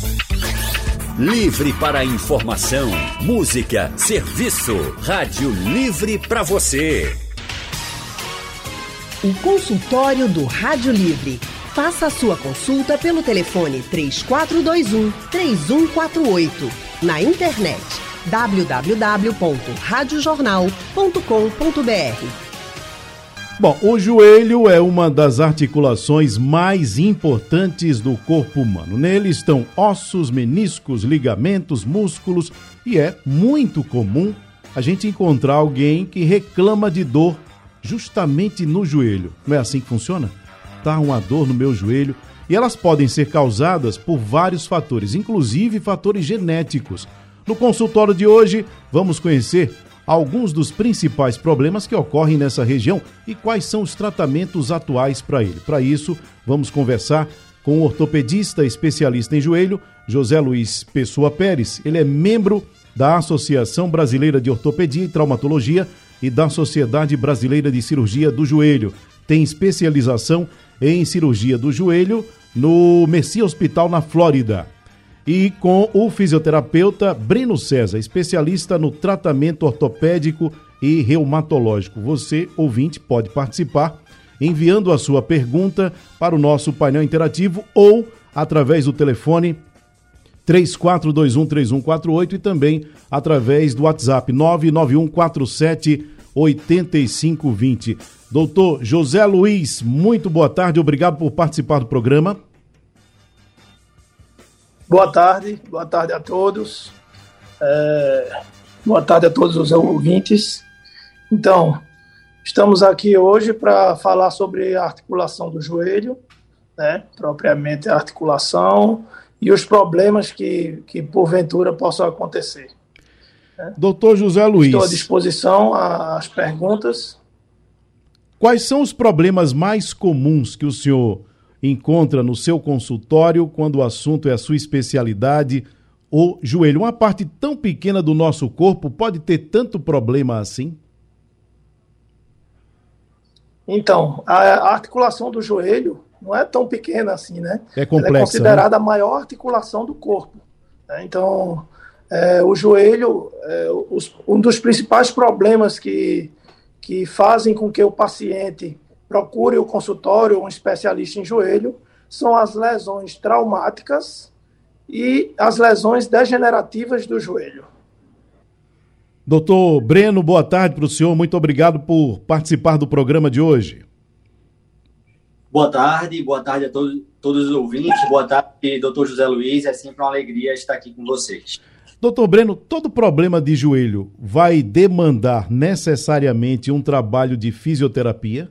Livre para informação, música, serviço. Rádio Livre para você. O consultório do Rádio Livre. Faça a sua consulta pelo telefone 3421-3148. Na internet www.radiojornal.com.br. Bom, o joelho é uma das articulações mais importantes do corpo humano. Nele estão ossos, meniscos, ligamentos, músculos e é muito comum a gente encontrar alguém que reclama de dor justamente no joelho. Não é assim que funciona? Tá uma dor no meu joelho e elas podem ser causadas por vários fatores, inclusive fatores genéticos. No consultório de hoje, vamos conhecer alguns dos principais problemas que ocorrem nessa região e quais são os tratamentos atuais para ele. Para isso, vamos conversar com o ortopedista especialista em joelho, José Luiz Pessoa Pérez. Ele é membro da Associação Brasileira de Ortopedia e Traumatologia e da Sociedade Brasileira de Cirurgia do Joelho. Tem especialização em cirurgia do joelho no Mercy Hospital, na Flórida. E com o fisioterapeuta Breno César, especialista no tratamento ortopédico e reumatológico. Você, ouvinte, pode participar enviando a sua pergunta para o nosso painel interativo ou através do telefone 3421-3148 e também através do WhatsApp 99147-8520. Doutor José Luiz, muito boa tarde, obrigado por participar do programa. Boa tarde a todos. Boa tarde a todos os ouvintes. Então, estamos aqui hoje para falar sobre a articulação do joelho, né? Propriamente a articulação e os problemas que porventura possam acontecer. Né? Doutor José Luiz. Estou à disposição às perguntas. Quais são os problemas mais comuns que o senhor encontra no seu consultório quando o assunto é a sua especialidade, o joelho? Uma parte tão pequena do nosso corpo pode ter tanto problema assim? Então, a articulação do joelho não é tão pequena assim, né? É complexa, ela é considerada, né, a maior articulação do corpo. Né? Então, o joelho, um dos principais problemas que fazem com que o paciente procure o consultório, um especialista em joelho, são as lesões traumáticas e as lesões degenerativas do joelho. Doutor Breno, boa tarde para o senhor. Muito obrigado por participar do programa de hoje. Boa tarde a todos os ouvintes. Boa tarde, doutor José Luiz. É sempre uma alegria estar aqui com vocês. Doutor Breno, todo problema de joelho vai demandar necessariamente um trabalho de fisioterapia?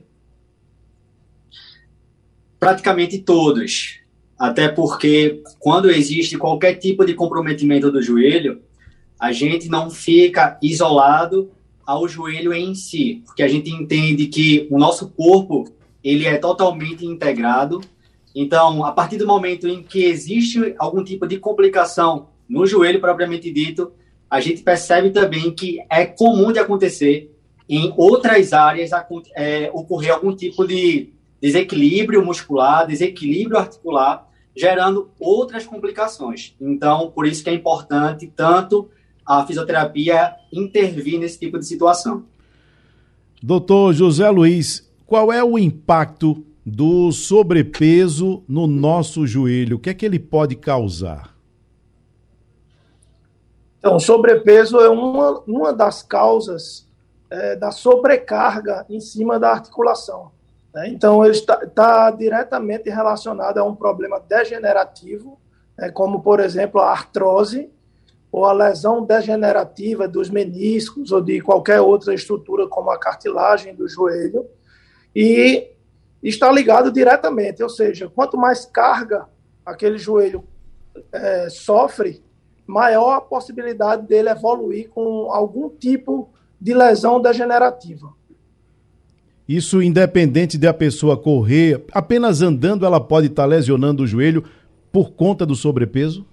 Praticamente todos, até porque quando existe qualquer tipo de comprometimento do joelho, a gente não fica isolado ao joelho em si, porque a gente entende que o nosso corpo ele é totalmente integrado. Então, a partir do momento em que existe algum tipo de complicação no joelho propriamente dito, a gente percebe também que é comum de acontecer em outras áreas ocorrer algum tipo de desequilíbrio muscular, desequilíbrio articular, gerando outras complicações. Então, por isso que é importante tanto a fisioterapia intervir nesse tipo de situação. Doutor José Luiz, qual é o impacto do sobrepeso no nosso joelho? O que é que ele pode causar? Então, o sobrepeso é uma das causas da sobrecarga em cima da articulação. Então, ele está diretamente relacionado a um problema degenerativo, como, por exemplo, a artrose ou a lesão degenerativa dos meniscos ou de qualquer outra estrutura, como a cartilagem do joelho, e está ligado diretamente, ou seja, quanto mais carga aquele joelho sofre, maior a possibilidade dele evoluir com algum tipo de lesão degenerativa. Isso independente de a pessoa correr, apenas andando ela pode estar lesionando o joelho por conta do sobrepeso?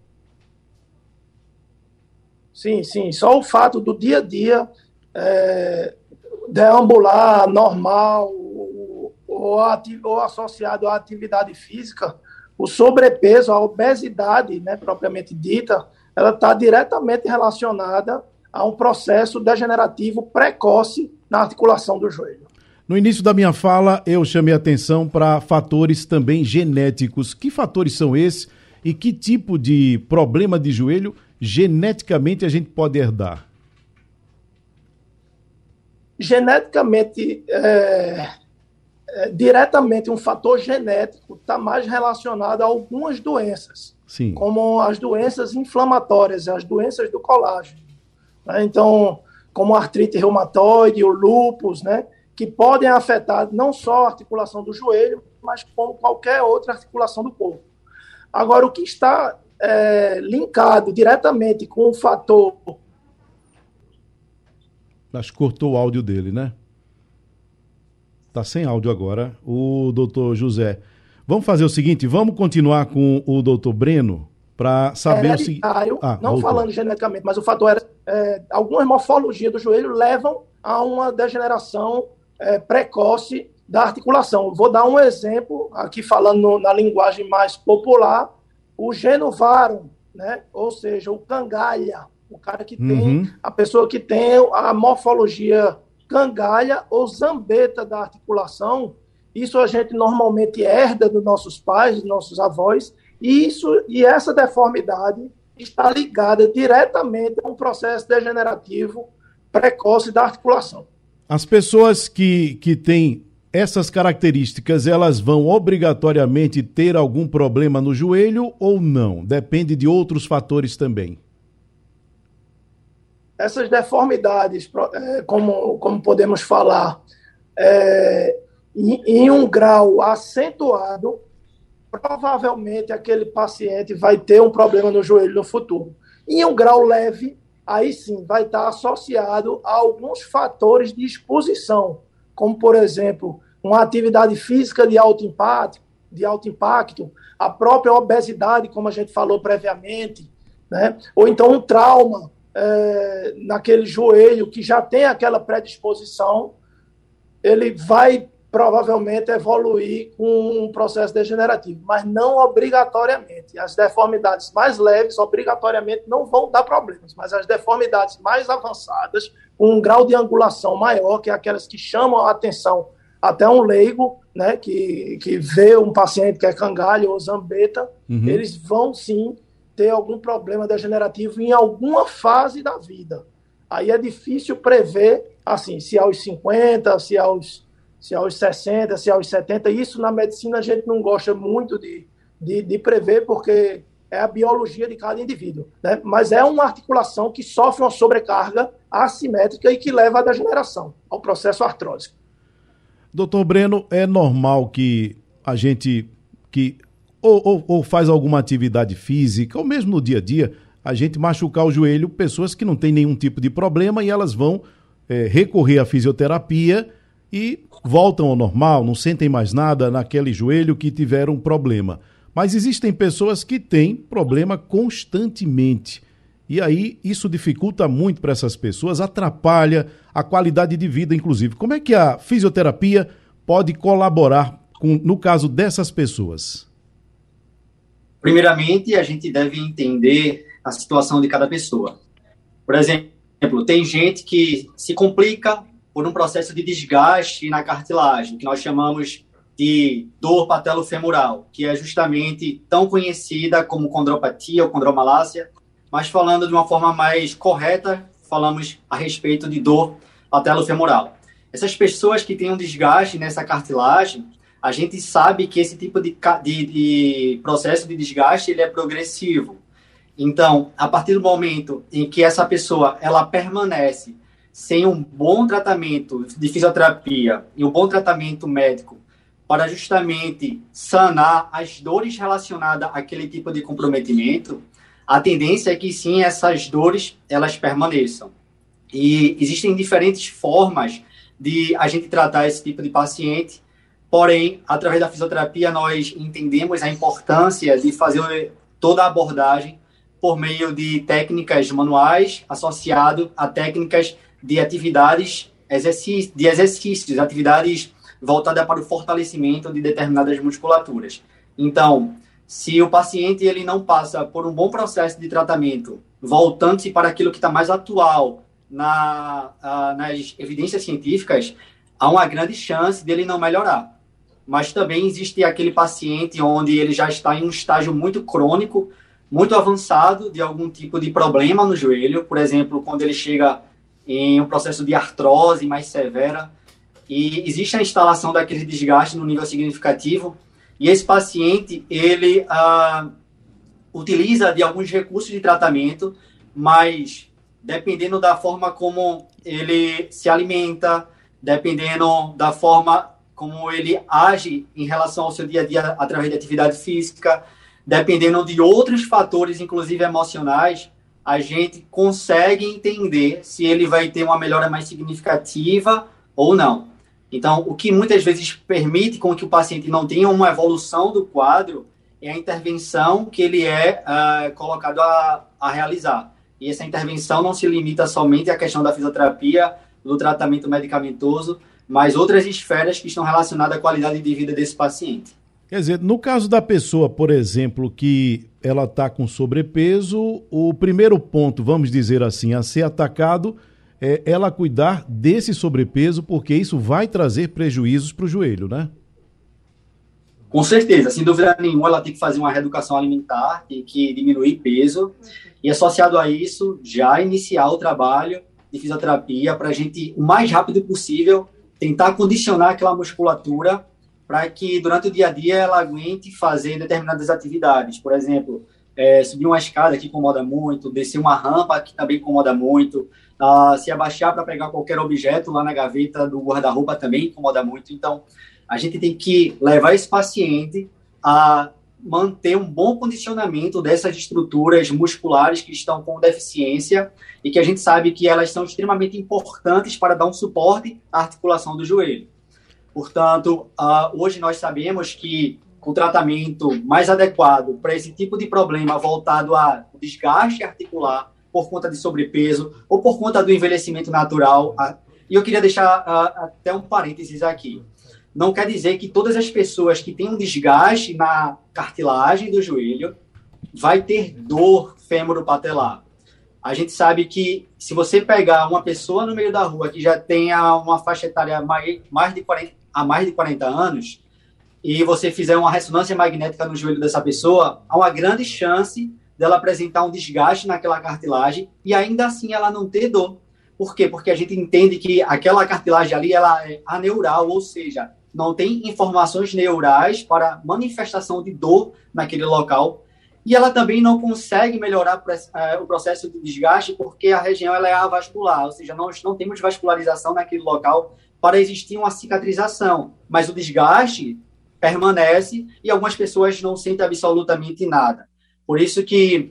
Sim. Só o fato do dia a dia deambular normal ou associado à atividade física o sobrepeso, a obesidade, né, propriamente dita, ela está diretamente relacionada a um processo degenerativo precoce na articulação do joelho. No início da minha fala, eu chamei atenção para fatores também genéticos. Que fatores são esses e que tipo de problema de joelho geneticamente a gente pode herdar? Geneticamente, diretamente um fator genético está mais relacionado a algumas doenças, Sim. como as doenças inflamatórias, as doenças do colágeno, né? Então, como a artrite reumatoide, o lúpus, né? Que podem afetar não só a articulação do joelho, mas como qualquer outra articulação do corpo. Agora, o que está linkado diretamente com o fator... Acho que cortou o áudio dele, né? Está sem áudio agora, o doutor José. Vamos fazer o seguinte, vamos continuar com o doutor Breno para saber o seguinte... não voltou. Falando geneticamente, mas o fator algumas morfologias do joelho levam a uma degeneração precoce da articulação. Vou dar um exemplo, aqui falando na linguagem mais popular, o Genu-Varum, né? Ou seja, o cangalha, o cara que tem, a pessoa que tem a morfologia cangalha ou zambeta da articulação. Isso a gente normalmente herda dos nossos pais, dos nossos avós, e essa deformidade está ligada diretamente a um processo degenerativo precoce da articulação. As pessoas que têm essas características, elas vão obrigatoriamente ter algum problema no joelho ou não? Depende de outros fatores também. Essas deformidades, como podemos falar, em um grau acentuado, provavelmente aquele paciente vai ter um problema no joelho no futuro. Em um grau leve, aí sim, vai estar associado a alguns fatores de exposição, como, por exemplo, uma atividade física de alto impacto, a própria obesidade, como a gente falou previamente, né? Ou então um trauma naquele joelho que já tem aquela predisposição, ele vai provavelmente evoluir com um processo degenerativo, mas não obrigatoriamente. As deformidades mais leves, obrigatoriamente, não vão dar problemas, mas as deformidades mais avançadas, com um grau de angulação maior, que é aquelas que chamam a atenção até um leigo, né, que vê um paciente que é cangalho ou zambeta, eles vão sim ter algum problema degenerativo em alguma fase da vida. Aí é difícil prever, assim, se aos 50, se aos 60, se aos 70, isso na medicina a gente não gosta muito de prever, porque é a biologia de cada indivíduo, né? Mas é uma articulação que sofre uma sobrecarga assimétrica e que leva à degeneração, ao processo artrósico. Doutor Breno, é normal que a gente ou faz alguma atividade física, ou mesmo no dia a dia, a gente machucar o joelho, pessoas que não têm nenhum tipo de problema e elas vão recorrer à fisioterapia e voltam ao normal, não sentem mais nada naquele joelho que tiveram um problema. Mas existem pessoas que têm problema constantemente. E aí isso dificulta muito para essas pessoas, atrapalha a qualidade de vida, inclusive. Como é que a fisioterapia pode colaborar no caso dessas pessoas? Primeiramente, a gente deve entender a situação de cada pessoa. Por exemplo, tem gente que se complica por um processo de desgaste na cartilagem, que nós chamamos de dor patelofemoral, que é justamente tão conhecida como condropatia ou condromalácia, mas falando de uma forma mais correta, falamos a respeito de dor patelofemoral. Essas pessoas que têm um desgaste nessa cartilagem, a gente sabe que esse tipo de processo de desgaste ele é progressivo. Então, a partir do momento em que essa pessoa ela permanece sem um bom tratamento de fisioterapia e um bom tratamento médico para justamente sanar as dores relacionadas àquele tipo de comprometimento, a tendência é que sim, essas dores elas permaneçam. E existem diferentes formas de a gente tratar esse tipo de paciente, porém, através da fisioterapia, nós entendemos a importância de fazer toda a abordagem por meio de técnicas manuais associado a técnicas de atividades, atividades voltadas para o fortalecimento de determinadas musculaturas. Então, se o paciente ele não passa por um bom processo de tratamento, voltando-se para aquilo que está mais atual nas evidências científicas, há uma grande chance dele não melhorar. Mas também existe aquele paciente onde ele já está em um estágio muito crônico, muito avançado de algum tipo de problema no joelho, por exemplo, quando ele chega em um processo de artrose mais severa, e existe a instalação daquele desgaste no nível significativo, e esse paciente, ele utiliza de alguns recursos de tratamento, mas dependendo da forma como ele se alimenta, dependendo da forma como ele age em relação ao seu dia a dia através de atividade física, dependendo de outros fatores, inclusive emocionais, a gente consegue entender se ele vai ter uma melhora mais significativa ou não. Então, o que muitas vezes permite com que o paciente não tenha uma evolução do quadro é a intervenção que ele é colocado a realizar. E essa intervenção não se limita somente à questão da fisioterapia, do tratamento medicamentoso, mas outras esferas que estão relacionadas à qualidade de vida desse paciente. Quer dizer, no caso da pessoa, por exemplo, que ela está com sobrepeso, o primeiro ponto, vamos dizer assim, a ser atacado é ela cuidar desse sobrepeso, porque isso vai trazer prejuízos para o joelho, né? Com certeza, sem dúvida nenhuma, ela tem que fazer uma reeducação alimentar, tem que diminuir peso, e associado a isso, já iniciar o trabalho de fisioterapia para a gente, o mais rápido possível, tentar condicionar aquela musculatura para que durante o dia a dia ela aguente fazer determinadas atividades. Por exemplo, subir uma escada que incomoda muito, descer uma rampa que também incomoda muito, se abaixar para pegar qualquer objeto lá na gaveta do guarda-roupa também incomoda muito. Então, a gente tem que levar esse paciente a manter um bom condicionamento dessas estruturas musculares que estão com deficiência e que a gente sabe que elas são extremamente importantes para dar um suporte à articulação do joelho. Portanto, hoje nós sabemos que o tratamento mais adequado para esse tipo de problema voltado a desgaste articular por conta de sobrepeso ou por conta do envelhecimento natural, e eu queria deixar até um parênteses aqui. Não quer dizer que todas as pessoas que têm um desgaste na cartilagem do joelho vai ter dor fêmuro-patelar. A gente sabe que se você pegar uma pessoa no meio da rua que já tenha uma faixa etária mais de 40 anos e você fizer uma ressonância magnética no joelho dessa pessoa, há uma grande chance dela apresentar um desgaste naquela cartilagem e ainda assim ela não ter dor. Por quê? Porque a gente entende que aquela cartilagem ali ela é aneural, ou seja, não tem informações neurais para manifestação de dor naquele local. E ela também não consegue melhorar o processo de desgaste porque a região ela é avascular, ou seja, nós não temos vascularização naquele local para existir uma cicatrização. Mas o desgaste permanece e algumas pessoas não sentem absolutamente nada. Por isso que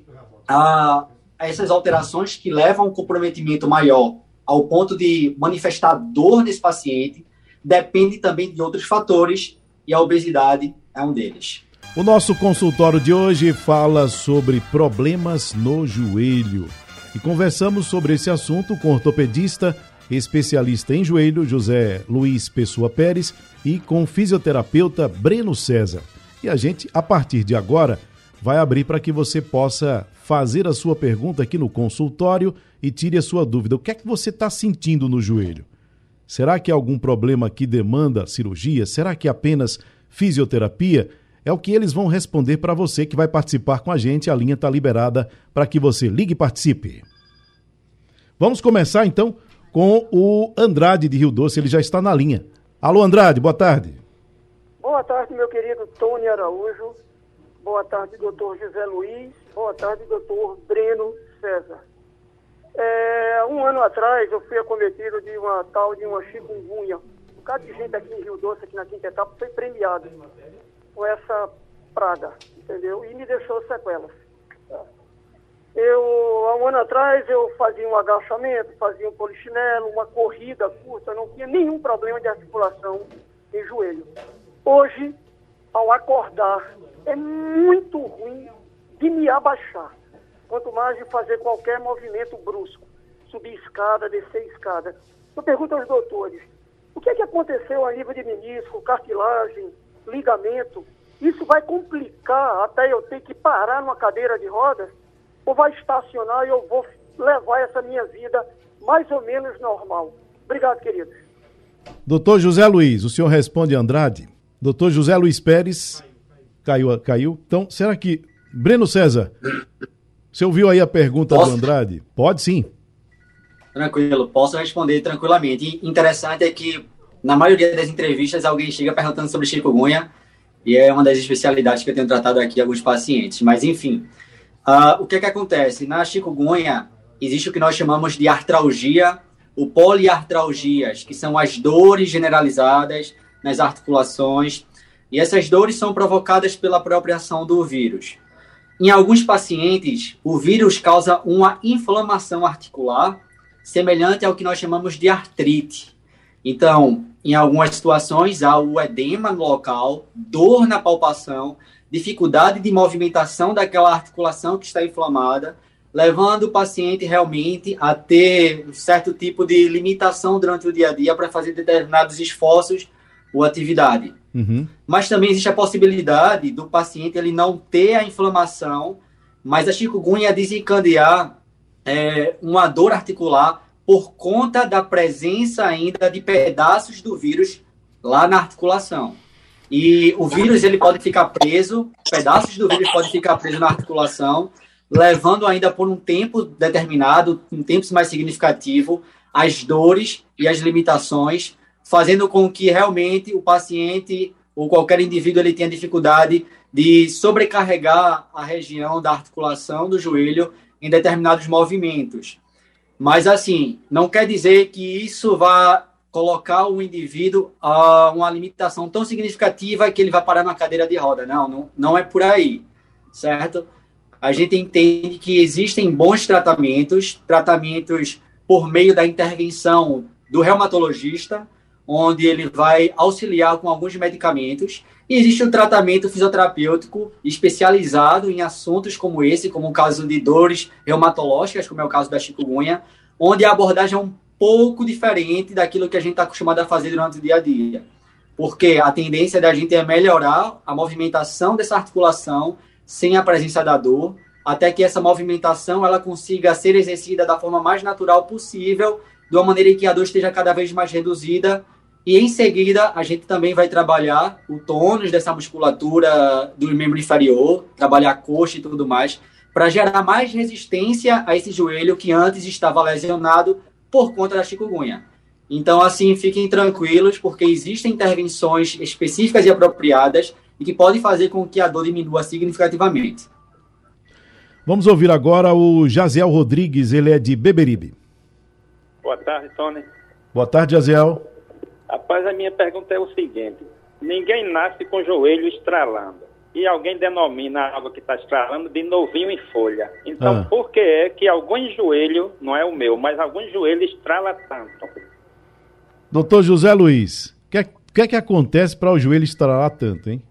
essas alterações que levam a um comprometimento maior ao ponto de manifestar dor nesse paciente depende também de outros fatores e a obesidade é um deles. O nosso consultório de hoje fala sobre problemas no joelho. E conversamos sobre esse assunto com o ortopedista, especialista em joelho, José Luiz Pessoa Pérez, e com o fisioterapeuta Breno César. E a gente, a partir de agora, vai abrir para que você possa fazer a sua pergunta aqui no consultório e tire a sua dúvida. O que é que você está sentindo no joelho? Será que há algum problema que demanda cirurgia? Será que é apenas fisioterapia? É o que eles vão responder para você que vai participar com a gente. A linha está liberada para que você ligue e participe. Vamos começar então com o Andrade de Rio Doce. Ele já está na linha. Alô, Andrade, boa tarde. Boa tarde, meu querido Tony Araújo. Boa tarde, doutor José Luiz. Boa tarde, doutor Breno César. Um ano atrás eu fui acometido de uma chikungunya. Um bocado de gente aqui em Rio Doce, aqui na quinta etapa, foi premiado com essa praga, entendeu? E me deixou sequelas. Há um ano atrás, eu fazia um agachamento, fazia um polichinelo, uma corrida curta, não tinha nenhum problema de articulação em joelho. Hoje, ao acordar, é muito ruim de me abaixar, quanto mais de fazer qualquer movimento brusco, subir escada, descer escada. Eu pergunto aos doutores, o que é que aconteceu a nível de menisco, cartilagem, ligamento, Isso vai complicar até eu ter que parar numa cadeira de rodas, ou vai estacionar e eu vou levar essa minha vida mais ou menos normal? Obrigado, querido. Doutor José Luiz, o senhor responde Andrade. Doutor José Luiz Pérez, caiu. Então, será que... Breno César, você ouviu aí a pergunta do Andrade? Pode sim. Tranquilo, posso responder tranquilamente. E interessante é que, na maioria das entrevistas, alguém chega perguntando sobre chikungunya, e é uma das especialidades que eu tenho tratado aqui alguns pacientes. Mas, enfim, o que acontece? Na chikungunya, existe o que nós chamamos de artralgia, ou poliartralgias, que são as dores generalizadas nas articulações, e essas dores são provocadas pela própria ação do vírus. Em alguns pacientes, o vírus causa uma inflamação articular, semelhante ao que nós chamamos de artrite. Então, em algumas situações, há o edema no local, dor na palpação, dificuldade de movimentação daquela articulação que está inflamada, levando o paciente realmente a ter um certo tipo de limitação durante o dia a dia para fazer determinados esforços ou atividade. Uhum. Mas também existe a possibilidade do paciente ele não ter a inflamação, mas a chikungunya desencadear uma dor articular por conta da presença ainda de pedaços do vírus lá na articulação. E o vírus ele pode ficar preso, pedaços do vírus podem ficar presos na articulação, levando ainda por um tempo determinado, um tempo mais significativo, as dores e as limitações, fazendo com que realmente o paciente ou qualquer indivíduo ele tenha dificuldade de sobrecarregar a região da articulação do joelho em determinados movimentos. Mas, assim, não quer dizer que isso vá colocar o indivíduo a uma limitação tão significativa que ele vai parar na cadeira de roda. Não é por aí, certo? A gente entende que existem bons tratamentos por meio da intervenção do reumatologista, onde ele vai auxiliar com alguns medicamentos, e existe um tratamento fisioterapêutico especializado em assuntos como esse, como o caso de dores reumatológicas, como é o caso da chikungunya, onde a abordagem é um pouco diferente daquilo que a gente está acostumado a fazer durante o dia a dia. Porque a tendência da gente é melhorar a movimentação dessa articulação sem a presença da dor, até que essa movimentação ela consiga ser exercida da forma mais natural possível, de uma maneira em que a dor esteja cada vez mais reduzida. E, em seguida, a gente também vai trabalhar o tônus dessa musculatura do membro inferior, trabalhar a coxa e tudo mais, para gerar mais resistência a esse joelho que antes estava lesionado por conta da chikungunya. Então, assim, fiquem tranquilos, porque existem intervenções específicas e apropriadas e que podem fazer com que a dor diminua significativamente. Vamos ouvir agora o Jaziel Rodrigues, ele é de Beberibe. Boa tarde, Tony. Boa tarde, Jaziel. Rapaz, a minha pergunta é o seguinte: ninguém nasce com o joelho estralando, e alguém denomina a água que está estralando de novinho em folha. Então, por que é que algum joelho, não é o meu, mas algum joelho estrala tanto? Doutor José Luiz, o que acontece para o joelho estralar tanto, hein?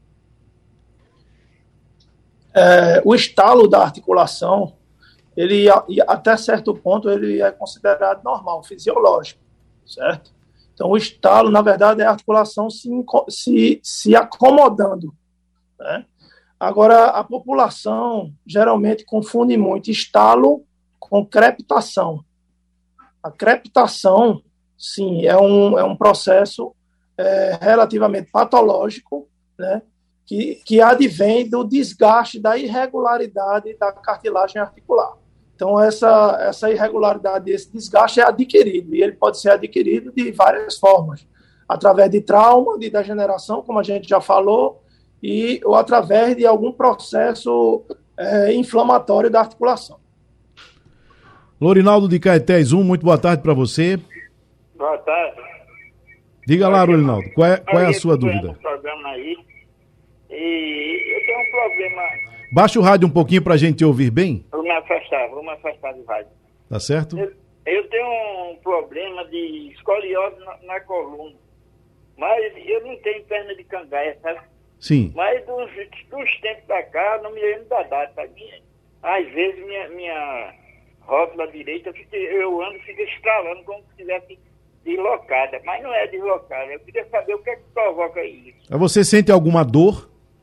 O estalo da articulação, ele, até certo ponto, ele é considerado normal, fisiológico, certo? Então, o estalo, na verdade, é a articulação se acomodando, né? Agora, a população geralmente confunde muito estalo com crepitação. A crepitação, sim, é um processo relativamente patológico, né? Que advém do desgaste, da irregularidade da cartilagem articular. Então, essa irregularidade, esse desgaste é adquirido, e ele pode ser adquirido de várias formas, através de trauma, de degeneração, como a gente já falou, ou através de algum processo inflamatório da articulação. Lorinaldo de Caetés 1, muito boa tarde para você. Boa tarde. Diga lá, Lorinaldo, qual é a sua dúvida? Aí, e eu tenho um problema... Baixa o rádio um pouquinho para a gente ouvir bem. Vou me afastar do rádio. Tá certo? Eu tenho um problema de escoliose na coluna, mas eu não tenho perna de cangaia, sabe? Sim. Mas dos tempos da cá, não me lembro da data. Às vezes minha rótula direita, eu ando e fica estralando como se estivesse deslocada, mas não é deslocada. Eu queria saber o que é que provoca isso. Você sente alguma dor?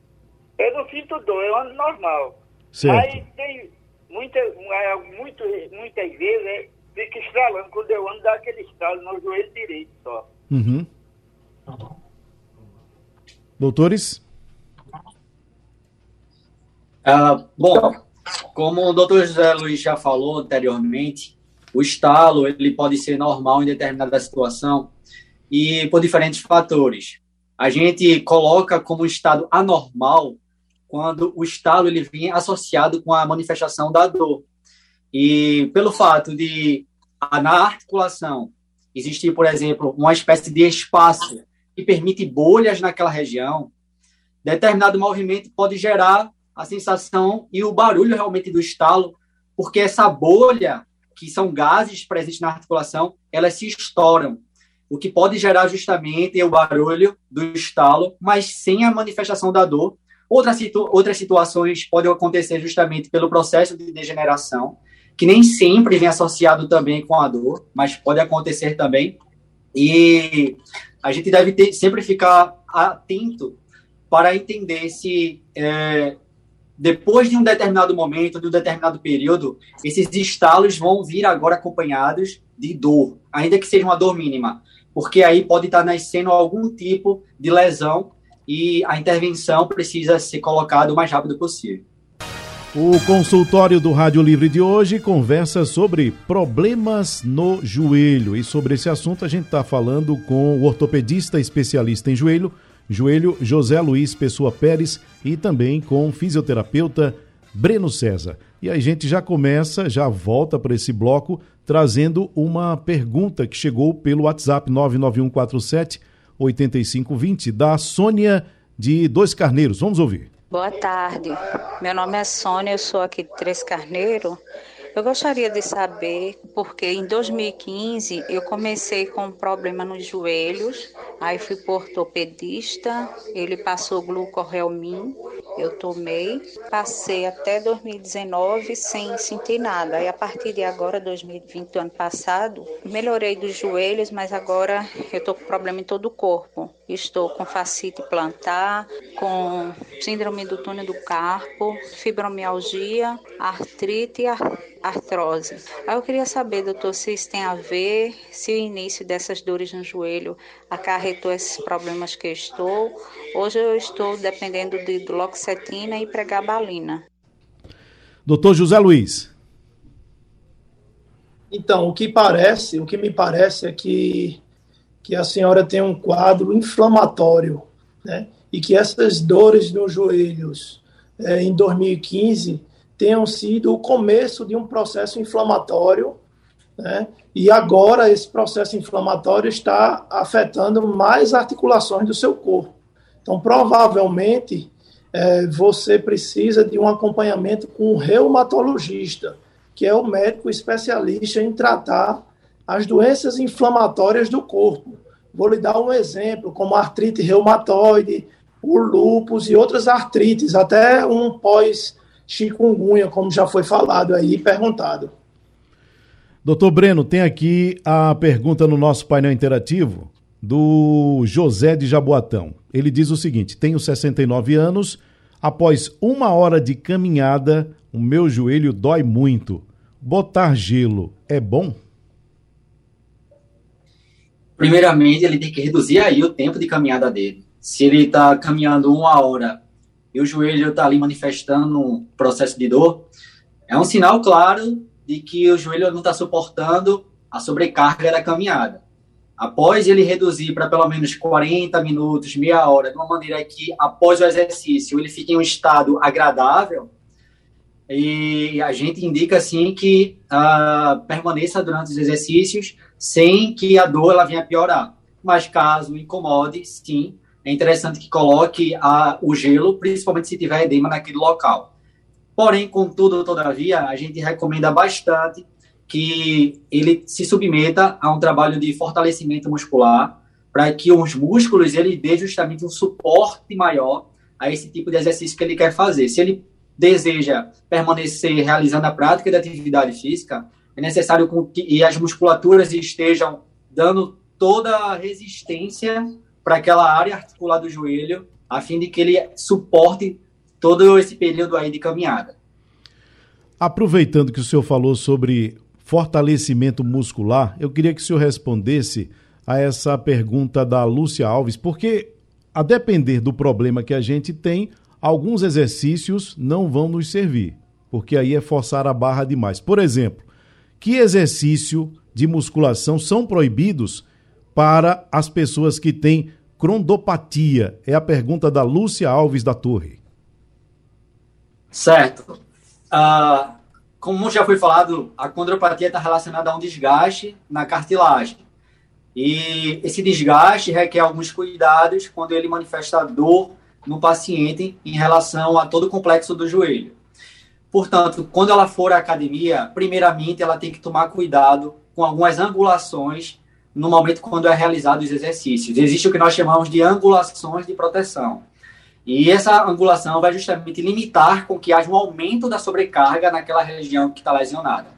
Eu não sinto dor, eu ando normal. Certo. Aí tem muitas vezes fica estralando. Quando eu ando, dá aquele estralo no joelho direito só. Uhum. Doutores? Bom, como o doutor José Luiz já falou anteriormente, o estalo ele pode ser normal em determinada situação e por diferentes fatores. A gente coloca como estado anormal quando o estalo ele vem associado com a manifestação da dor. E pelo fato de, na articulação, existir, por exemplo, uma espécie de espaço que permite bolhas naquela região, determinado movimento pode gerar a sensação e o barulho realmente do estalo, porque essa bolha, que são gases presentes na articulação, elas se estouram, o que pode gerar justamente o barulho do estalo, mas sem a manifestação da dor. Outras situações podem acontecer justamente pelo processo de degeneração, que nem sempre vem associado também com a dor, mas pode acontecer também. E a gente deve sempre ficar atento para entender se, depois de um determinado momento, de um determinado período, esses estalos vão vir agora acompanhados de dor, ainda que seja uma dor mínima, porque aí pode estar nascendo algum tipo de lesão e a intervenção precisa ser colocada o mais rápido possível. O consultório do Rádio Livre de hoje conversa sobre problemas no joelho. E sobre esse assunto a gente está falando com o ortopedista especialista em joelho José Luiz Pessoa Pérez, e também com o fisioterapeuta Breno César. E a gente já volta para esse bloco trazendo uma pergunta que chegou pelo WhatsApp 99147-8520 da Sônia de Dois Carneiros. Vamos ouvir. Boa tarde, meu nome é Sônia, eu sou aqui de Três Carneiros. Eu gostaria de saber, porque em 2015 eu comecei com um problema nos joelhos, aí fui para o ortopedista, ele passou glucorelmin, eu tomei, passei até 2019 sem sentir nada. Aí a partir de agora, 2020, do ano passado, melhorei dos joelhos, mas agora eu estou com problema em todo o corpo. Estou com fascite plantar, com síndrome do túnel do carpo, fibromialgia, artrite e artrose. Aí eu queria saber, doutor, se isso tem a ver, se o início dessas dores no joelho acarretou esses problemas que eu estou. Hoje eu estou dependendo de duloxetina e pregabalina. Doutor José Luiz. Então, o que me parece é que a senhora tem um quadro inflamatório, né? E que essas dores nos joelhos em 2015 tenham sido o começo de um processo inflamatório, né? E agora esse processo inflamatório está afetando mais articulações do seu corpo. Então, provavelmente, você precisa de um acompanhamento com um reumatologista, que é o médico especialista em tratar as doenças inflamatórias do corpo. Vou lhe dar um exemplo, como a artrite reumatoide, o lúpus e outras artrites, até um pós-chikungunya, como já foi falado aí e perguntado. Doutor Breno, tem aqui a pergunta no nosso painel interativo do José de Jaboatão. Ele diz o seguinte: tenho 69 anos, após 1 hora de caminhada, o meu joelho dói muito. Botar gelo é bom? Primeiramente, ele tem que reduzir aí o tempo de caminhada dele. Se ele está caminhando 1 hora e o joelho está ali manifestando um processo de dor, é um sinal claro de que o joelho não está suportando a sobrecarga da caminhada. Após ele reduzir para pelo menos 40 minutos, meia hora, de uma maneira que, após o exercício, ele fique em um estado agradável, e a gente indica, assim, que permaneça durante os exercícios sem que a dor ela venha piorar. Mas caso incomode, sim, é interessante que coloque o gelo, principalmente se tiver edema naquele local. Porém, contudo, todavia, a gente recomenda bastante que ele se submeta a um trabalho de fortalecimento muscular, para que os músculos ele dê justamente um suporte maior a esse tipo de exercício que ele quer fazer. Se ele deseja permanecer realizando a prática de atividade física, é necessário que as musculaturas estejam dando toda a resistência para aquela área articular do joelho, a fim de que ele suporte todo esse período aí de caminhada. Aproveitando que o senhor falou sobre fortalecimento muscular, eu queria que o senhor respondesse a essa pergunta da Lúcia Alves, porque a depender do problema que a gente tem, alguns exercícios não vão nos servir, porque aí é forçar a barra demais. Por exemplo, que exercício de musculação são proibidos para as pessoas que têm chondropatia? É a pergunta da Lúcia Alves da Torre. Certo. Como já foi falado, a chondropatia está relacionada a um desgaste na cartilagem. E esse desgaste requer alguns cuidados quando ele manifesta dor no paciente em relação a todo o complexo do joelho. Portanto, quando ela for à academia, primeiramente ela tem que tomar cuidado com algumas angulações no momento quando é realizado os exercícios. Existe o que nós chamamos de angulações de proteção. E essa angulação vai justamente limitar com que haja um aumento da sobrecarga naquela região que está lesionada.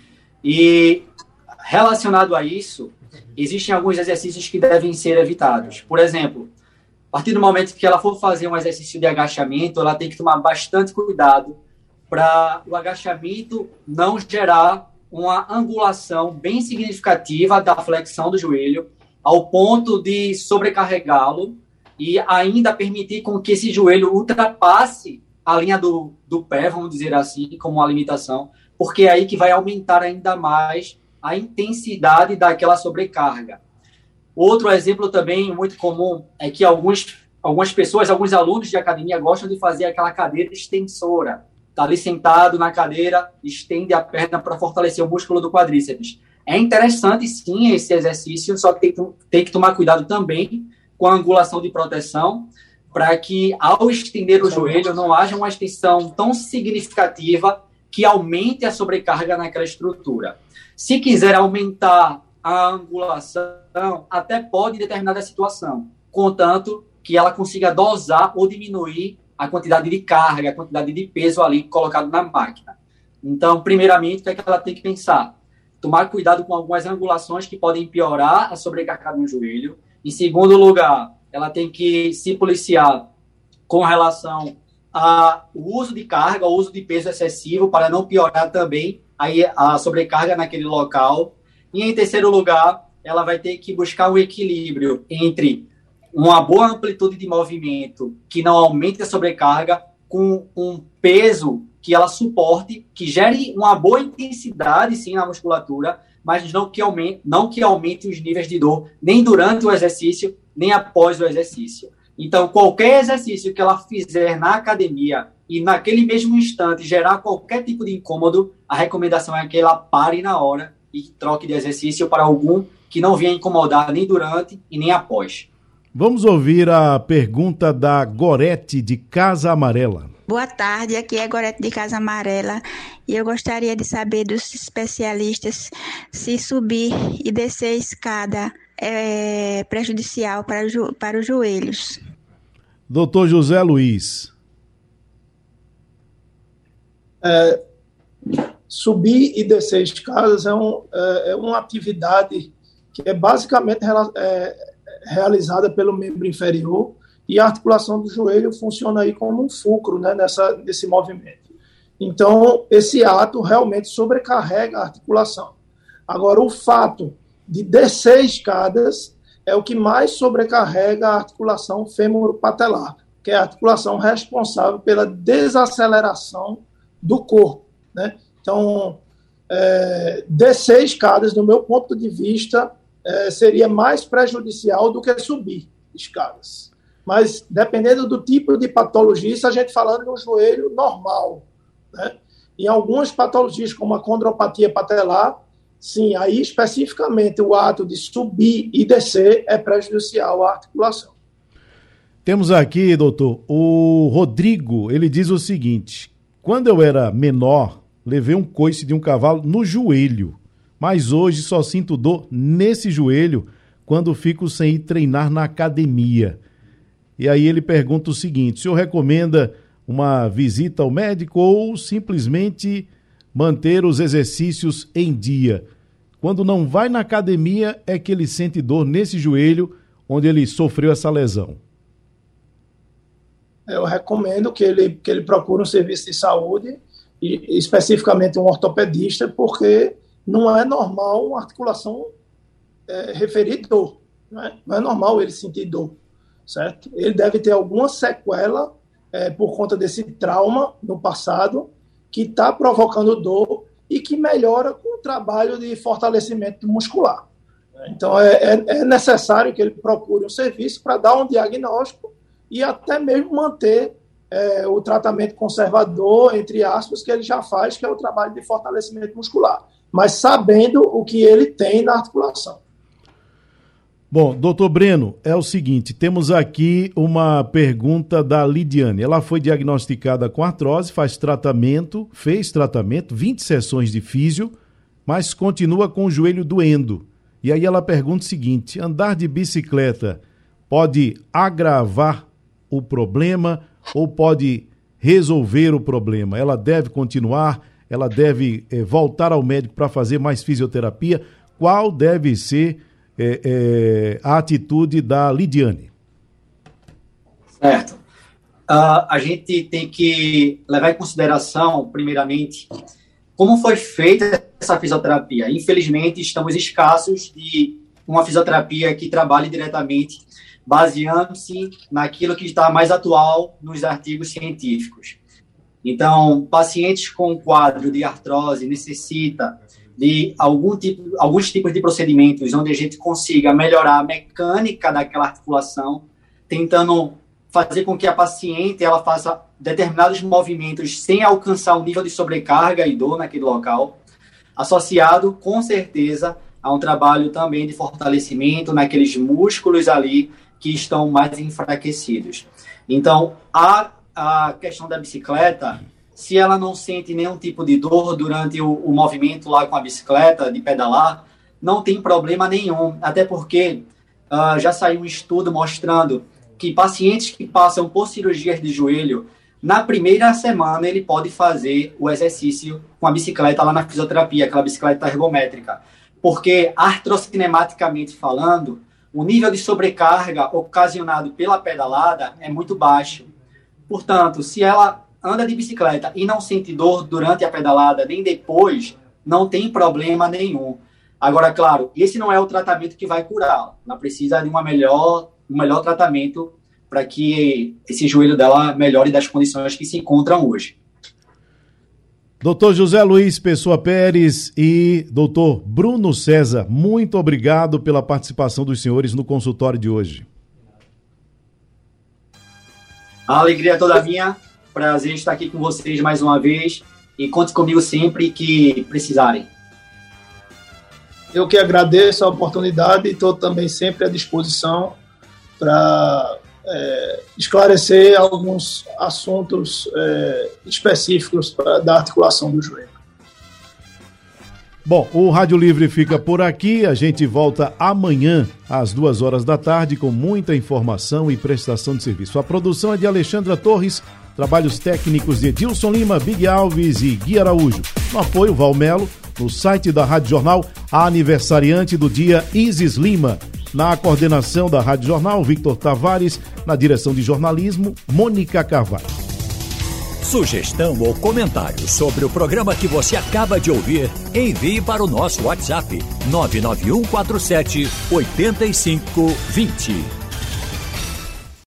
E relacionado a isso, existem alguns exercícios que devem ser evitados. Por exemplo, a partir do momento que ela for fazer um exercício de agachamento, ela tem que tomar bastante cuidado para o agachamento não gerar uma angulação bem significativa da flexão do joelho, ao ponto de sobrecarregá-lo e ainda permitir com que esse joelho ultrapasse a linha do pé, vamos dizer assim, como uma limitação, porque é aí que vai aumentar ainda mais a intensidade daquela sobrecarga. Outro exemplo também muito comum é que algumas pessoas, alguns alunos de academia gostam de fazer aquela cadeira extensora. Está ali sentado na cadeira, estende a perna para fortalecer o músculo do quadríceps. É interessante, sim, esse exercício, só que tem que tomar cuidado também com a angulação de proteção, para que, ao estender o joelho, não haja uma extensão tão significativa que aumente a sobrecarga naquela estrutura. Se quiser aumentar a angulação, até pode em determinada situação, contanto que ela consiga dosar ou diminuir a quantidade de carga, a quantidade de peso ali colocado na máquina. Então, primeiramente, o que é que ela tem que pensar? Tomar cuidado com algumas angulações que podem piorar a sobrecarga no joelho. Em segundo lugar, ela tem que se policiar com relação ao uso de carga, o uso de peso excessivo, para não piorar também aí a sobrecarga naquele local. E, em terceiro lugar, ela vai ter que buscar um equilíbrio entre uma boa amplitude de movimento que não aumente a sobrecarga, com um peso que ela suporte, que gere uma boa intensidade, sim, na musculatura, mas não que aumente os níveis de dor, nem durante o exercício, nem após o exercício. Então, qualquer exercício que ela fizer na academia e naquele mesmo instante gerar qualquer tipo de incômodo, a recomendação é que ela pare na hora e troque de exercício para algum que não venha incomodar nem durante e nem após. Vamos ouvir a pergunta da Gorete de Casa Amarela. Boa tarde, aqui é Gorete de Casa Amarela e eu gostaria de saber dos especialistas se subir e descer a escada é prejudicial para os joelhos. Doutor José Luiz. Subir e descer escadas é uma atividade que é basicamente realizada pelo membro inferior, e a articulação do joelho funciona aí como um fulcro, né, nesse movimento. Então, esse ato realmente sobrecarrega a articulação. Agora, o fato de descer escadas é o que mais sobrecarrega a articulação fêmuro-patelar, que é a articulação responsável pela desaceleração do corpo, né? Então, descer escadas, do meu ponto de vista, seria mais prejudicial do que subir escadas. Mas, dependendo do tipo de patologia, isso a gente falando de um joelho normal, né? Em algumas patologias, como a chondropatia patelar, sim, aí especificamente o ato de subir e descer é prejudicial à articulação. Temos aqui, doutor, o Rodrigo, ele diz o seguinte: quando eu era menor, levei um coice de um cavalo no joelho, mas hoje só sinto dor nesse joelho quando fico sem ir treinar na academia. E aí ele pergunta o seguinte: o senhor recomenda uma visita ao médico ou simplesmente manter os exercícios em dia? Quando não vai na academia é que ele sente dor nesse joelho onde ele sofreu essa lesão. eu recomendo que ele procure um serviço de saúde, e especificamente um ortopedista, porque não é normal uma articulação referir dor. Não é normal ele sentir dor, certo? Ele deve ter alguma sequela por conta desse trauma no passado que está provocando dor e que melhora com o trabalho de fortalecimento muscular. Então, é necessário que ele procure um serviço para dar um diagnóstico e até mesmo manter o tratamento conservador, entre aspas, que ele já faz, que é o trabalho de fortalecimento muscular, mas sabendo o que ele tem na articulação. Bom, doutor Breno, é o seguinte, temos aqui uma pergunta da Lidiane. Ela foi diagnosticada com artrose, fez tratamento, 20 sessões de físio, mas continua com o joelho doendo. E aí ela pergunta o seguinte, andar de bicicleta pode agravar o problema ou pode resolver o problema? Ela deve continuar, ela deve voltar ao médico para fazer mais fisioterapia? Qual deve ser a atitude da Lidiane? Certo. A gente tem que levar em consideração, primeiramente, como foi feita essa fisioterapia. Infelizmente, estamos escassos de uma fisioterapia que trabalhe diretamente, baseando-se naquilo que está mais atual nos artigos científicos. Então, pacientes com quadro de artrose necessita de alguns tipos de procedimentos onde a gente consiga melhorar a mecânica daquela articulação, tentando fazer com que a paciente ela faça determinados movimentos sem alcançar um nível de sobrecarga e dor naquele local, associado, com certeza, a um trabalho também de fortalecimento naqueles músculos ali que estão mais enfraquecidos. Então, a questão da bicicleta, se ela não sente nenhum tipo de dor durante o movimento lá com a bicicleta, de pedalar, não tem problema nenhum. Até porque já saiu um estudo mostrando que pacientes que passam por cirurgias de joelho, na primeira semana ele pode fazer o exercício com a bicicleta lá na fisioterapia, aquela bicicleta ergométrica. Porque, artrocinematicamente falando, o nível de sobrecarga ocasionado pela pedalada é muito baixo. Portanto, se ela anda de bicicleta e não sente dor durante a pedalada, nem depois, não tem problema nenhum. Agora, claro, esse não é o tratamento que vai curá-la. Ela precisa de um melhor tratamento para que esse joelho dela melhore das condições que se encontram hoje. Doutor José Luiz Pessoa Pérez e doutor Bruno César, muito obrigado pela participação dos senhores no consultório de hoje. A alegria é toda minha. Prazer estar aqui com vocês mais uma vez e conte comigo sempre que precisarem. Eu que agradeço a oportunidade e estou também sempre à disposição para esclarecer alguns assuntos específicos da articulação do joelho. Bom, o Rádio Livre fica por aqui. A gente volta amanhã às 2h com muita informação e prestação de serviço. A produção é de Alexandra Torres. Trabalhos técnicos de Edilson Lima, Big Alves e Gui Araújo. No apoio, Valmelo. No site da Rádio Jornal, a aniversariante do dia, Isis Lima. Na coordenação da Rádio Jornal, Victor Tavares. Na direção de jornalismo, Mônica Carvalho. Sugestão ou comentário sobre o programa que você acaba de ouvir, envie para o nosso WhatsApp 99147 8520.